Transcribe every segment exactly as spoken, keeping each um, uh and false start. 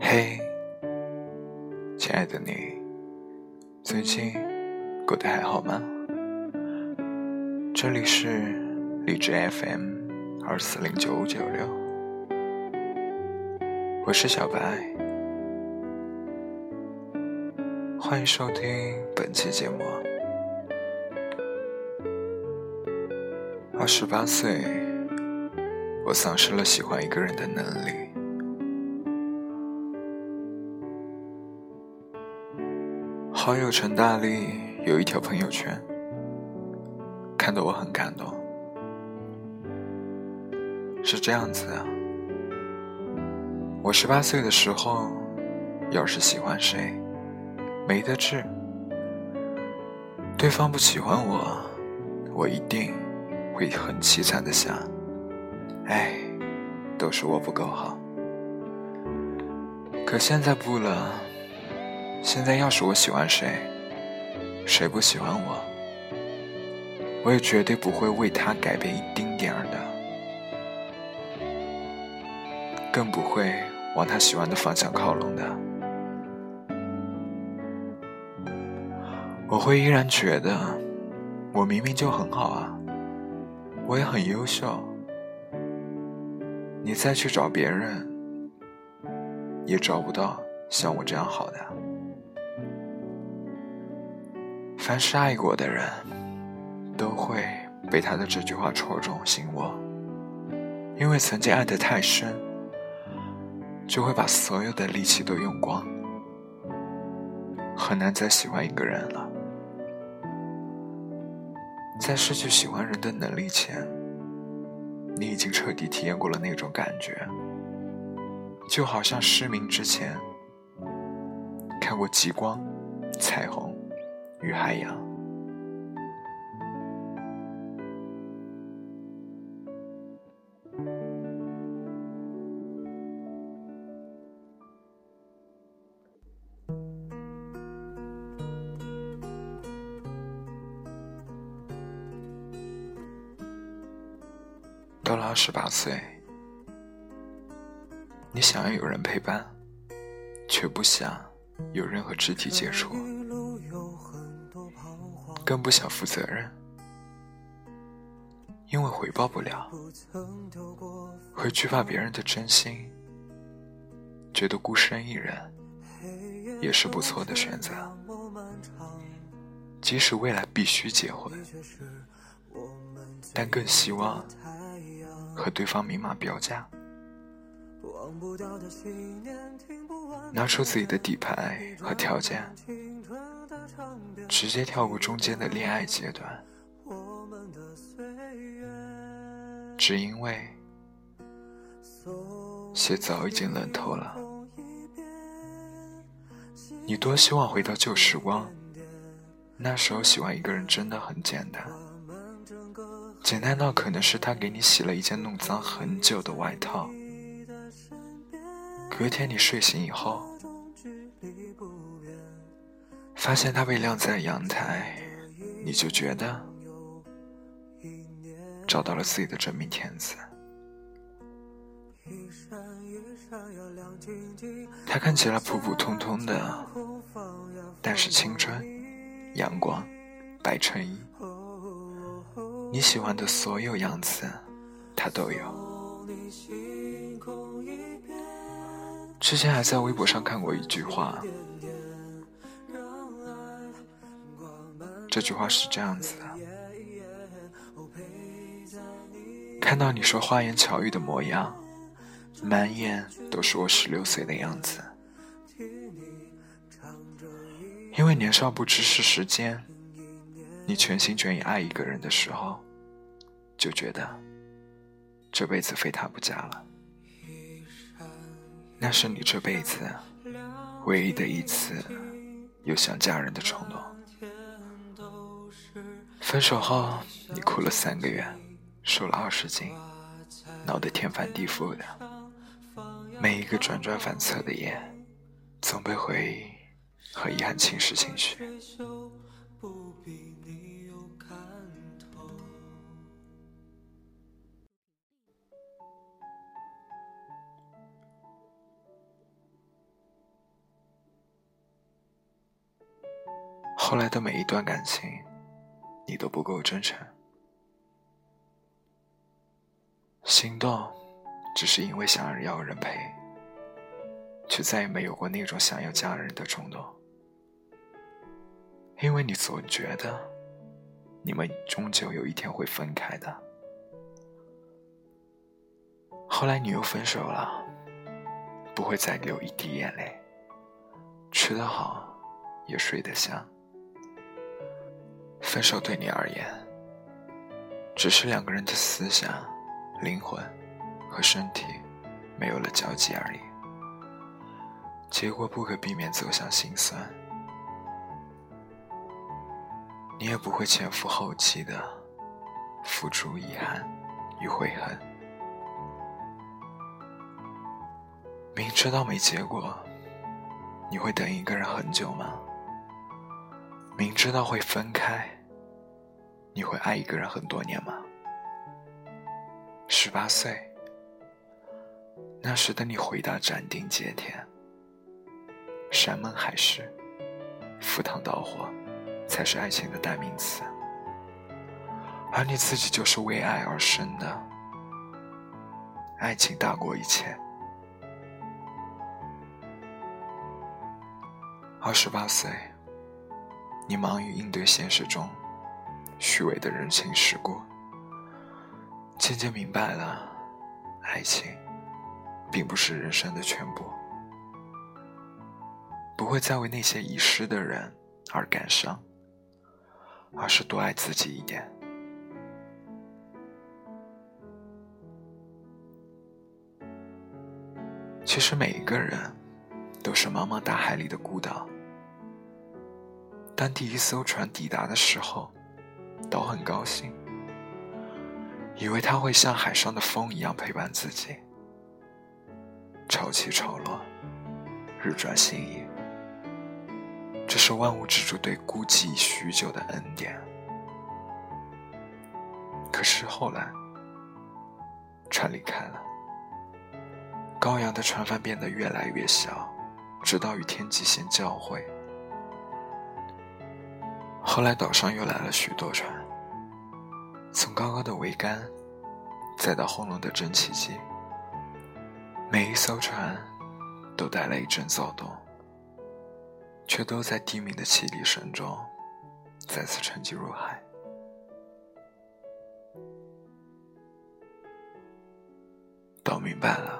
嘿，亲爱的你，最近过得还好吗？这里是荔枝 F M 二四零九五九六，我是小白，欢迎收听本期节目。二十八岁，我丧失了喜欢一个人的能力。好友陈大力有一条朋友圈，看得我很感动。是这样子的，我十八岁的时候，要是喜欢谁，没得治，对方不喜欢我，我一定会很凄惨的想，哎，都是我不够好。可现在不了，现在要是我喜欢谁，谁不喜欢我，我也绝对不会为他改变一丁点儿的，更不会往他喜欢的方向靠拢的。我会依然觉得我明明就很好啊，我也很优秀，你再去找别人也找不到像我这样好的。凡是爱过的人都会被他的这句话戳中心窝，因为曾经爱得太深，就会把所有的力气都用光，很难再喜欢一个人了。在失去喜欢人的能力前，你已经彻底体验过了那种感觉，就好像失明之前看过极光、彩虹与海洋。到了二十八岁，你想要有人陪伴，却不想有任何肢体接触，更不想负责任，因为回报不了，会惧怕别人的真心，觉得孤身一人也是不错的选择。即使未来必须结婚，但更希望和对方明码标价，拿出自己的底牌和条件，直接跳过中间的恋爱阶段，只因为血早已经冷透了。你多希望回到旧时光，那时候喜欢一个人真的很简单，简单到可能是他给你洗了一件弄脏很久的外套，隔天你睡醒以后，发现他被晾在阳台，你就觉得找到了自己的真命天子。他看起来普普通通的，但是青春、阳光、白衬衣，你喜欢的所有样子他都有。之前还在微博上看过一句话，这句话是这样子的：看到你说花言巧语的模样，满眼都是我十六岁的样子。因为年少不知是时间，你全心全意爱一个人的时候，就觉得这辈子非他不嫁了。那是你这辈子唯一的一次有想嫁人的冲动。分手后你哭了三个月，瘦了二十斤，闹得天翻地覆的。每一个转转反侧的夜，总被回忆和遗憾侵蚀情绪。 后来的每一段感情，你都不够真诚。心动只是因为想要人陪，却再也没有过那种想要嫁人的冲动。因为你总觉得你们终究有一天会分开的。后来你又分手了，不会再流一滴眼泪，吃得好也睡得香。分手对你而言，只是两个人的思想、灵魂和身体没有了交集而已，结果不可避免走向心酸。你也不会前赴后继的付出遗憾与悔恨。明知道没结果，你会等一个人很久吗？明知道会分开，你会爱一个人很多年吗？十八岁，那时的你回答斩钉截铁，山盟海誓，赴汤蹈火才是爱情的代名词，而你自己就是为爱而生的，爱情大过一切。二十八岁，你忙于应对现实中虚伪的人情世故，渐渐明白了，爱情并不是人生的全部，不会再为那些遗失的人而感伤，而是多爱自己一点。其实每一个人都是茫茫大海里的孤岛，当第一艘船抵达的时候，都很高兴，以为它会像海上的风一样陪伴自己，潮起潮落，日转星移，这是万物之主对孤寂许久的恩典。可是后来，船离开了，高扬的船帆变得越来越小，直到与天际线交汇。后来岛上又来了许多船，从高高的桅杆再到轰隆的蒸汽机，每一艘船都带来一阵躁动，却都在低鸣的汽笛声中再次沉寂入海。岛明白了，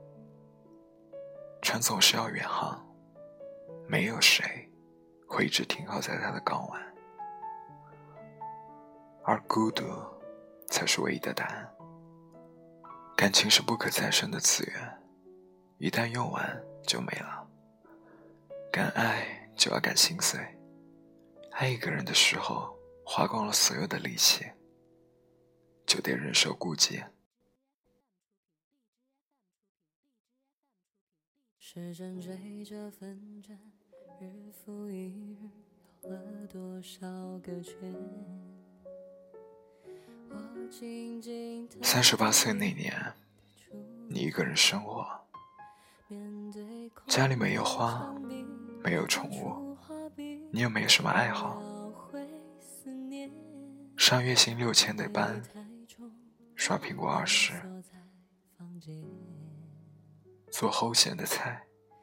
船总是要远航，没有谁会一直停靠在它的港湾，而孤独才是唯一的答案。感情是不可再生的资源，一旦用完就没了。敢爱就要敢心碎，爱一个人的时候花光了所有的力气，就得忍受孤寂。 时针追着分针，日复一日，绕了多少个圈。 三十八岁那年，你一个人生活，家里没有花，没有宠物，你又没有什么爱好，上月薪六千的班，刷苹果二十，做齁咸的菜。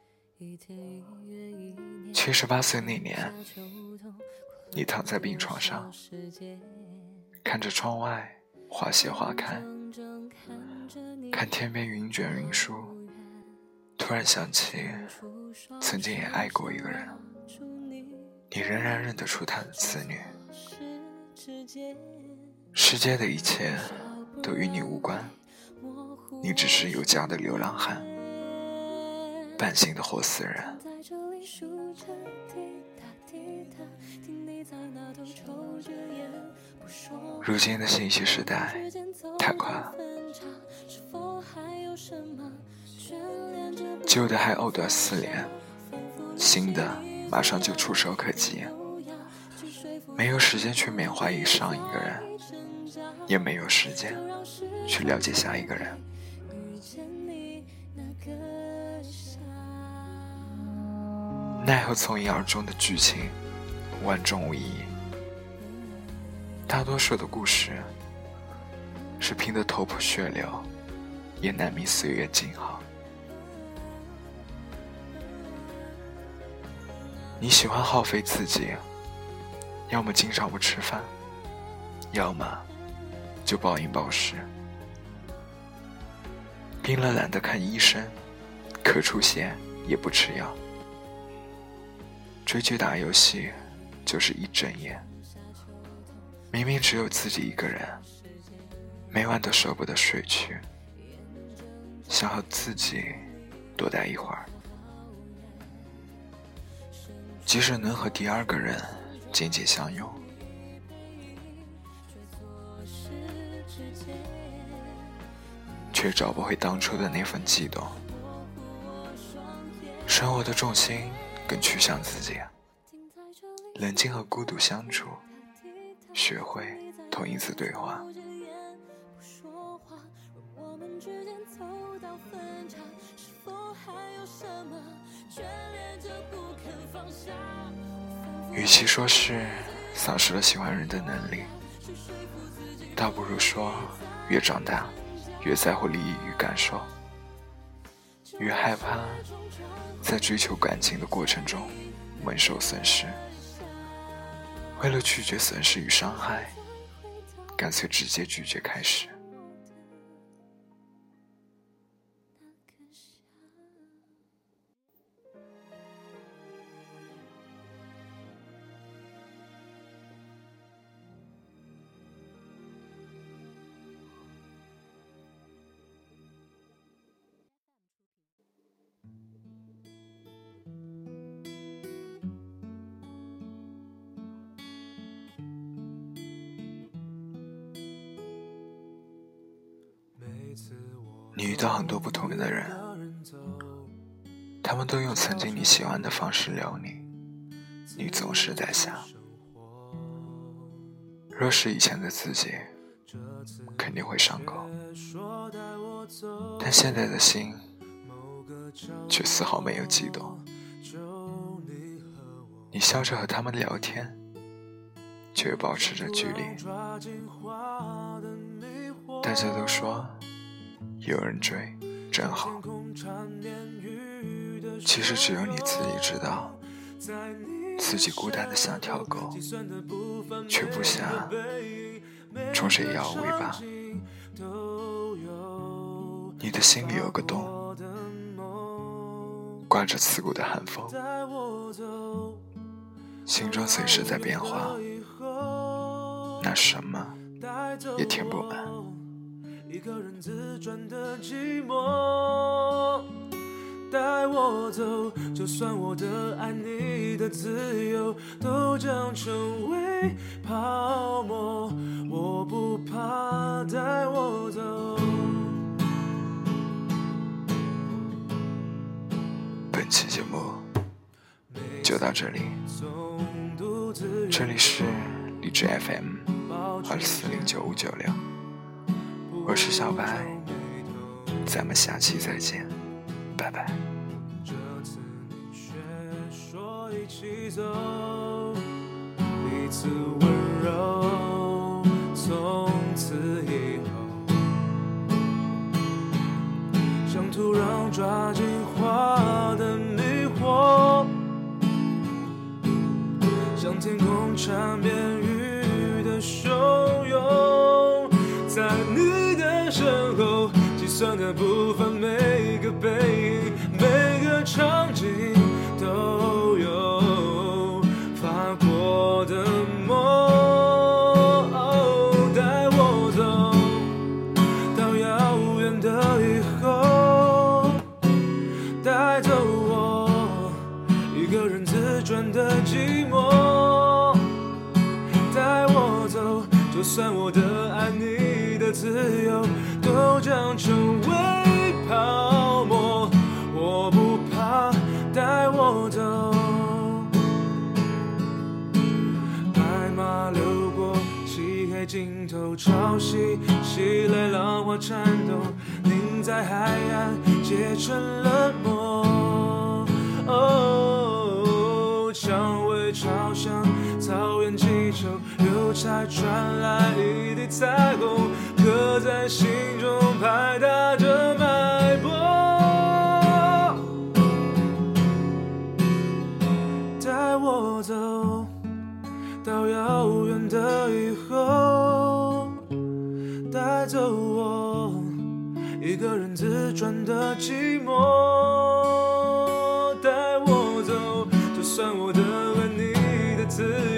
七十八岁那年，你躺在病床上，看着窗外花谢花开，看天边云卷云舒，突然想起曾经也爱过一个人，你仍然认得出他的子女。世界的一切都与你无关，你只是有家的流浪汉，半醒的活死人。如今的信息时代太快了，旧的还藕断丝连，新的马上就触手可及，没有时间去缅怀上一个人，也没有时间去了解下一个人。奈何从一而终的剧情万众无一。大多数的故事是拼得头破血流，也难觅岁月静好。你喜欢耗费自己，要么经常不吃饭，要么就暴饮暴食，病了懒得看医生，咳出血也不吃药，追剧打游戏就是一整夜，明明只有自己一个人，每晚都舍不得睡去，想和自己多待一会儿。即使能和第二个人紧紧相拥，却找不回当初的那份悸动。生活的重心更趋向自己，冷静和孤独相处，学会同一次对话。与其说是丧失了喜欢人的能力，倒不如说越长大越在乎利益与感受，越害怕在追求感情的过程中蒙受损失。为了拒绝损失与伤害，干脆直接拒绝开始。你遇到很多不同的人，他们都用曾经你喜欢的方式撩你，你总是在想，若是以前的自己肯定会上钩，但现在的心却丝毫没有悸动。你笑着和他们聊天，却又保持着距离。大家都说有人追真好，其实只有你自己知道，自己孤单的像条狗，却不想冲谁摇尾巴。你的心里有个洞，挂着刺骨的寒风，心中随时在变化，那什么也填不满。一个人自转的寂寞，带我走，就算我的爱你的自由都将成为泡沫，我不怕，带我走。本期节目就到这里，这里是荔枝 F M 二四零九五九六，我是小白，咱们下期再见，拜拜。这次你却说一起走，彼此温柔，从此以后，像土壤抓紧花的迷惑，像天空缠绵雨的汹涌，在你的身后计算的部分，每个背影，每个场景都有发过的梦。带我走到遥远的以后，带走我一个人自转的寂寞。带我走，就算我的爱你的自由都将成为泡沫，我不怕，带我走。白马流过漆黑尽头，潮汐袭来，浪花颤动，凝在海岸结成了膜。哦，蔷薇朝向草原祈求，邮差传来一地彩虹，刻在心中拍打着脉搏。带我走到遥远的以后，带走我一个人自转的寂寞。带我走，就算我的爱你的自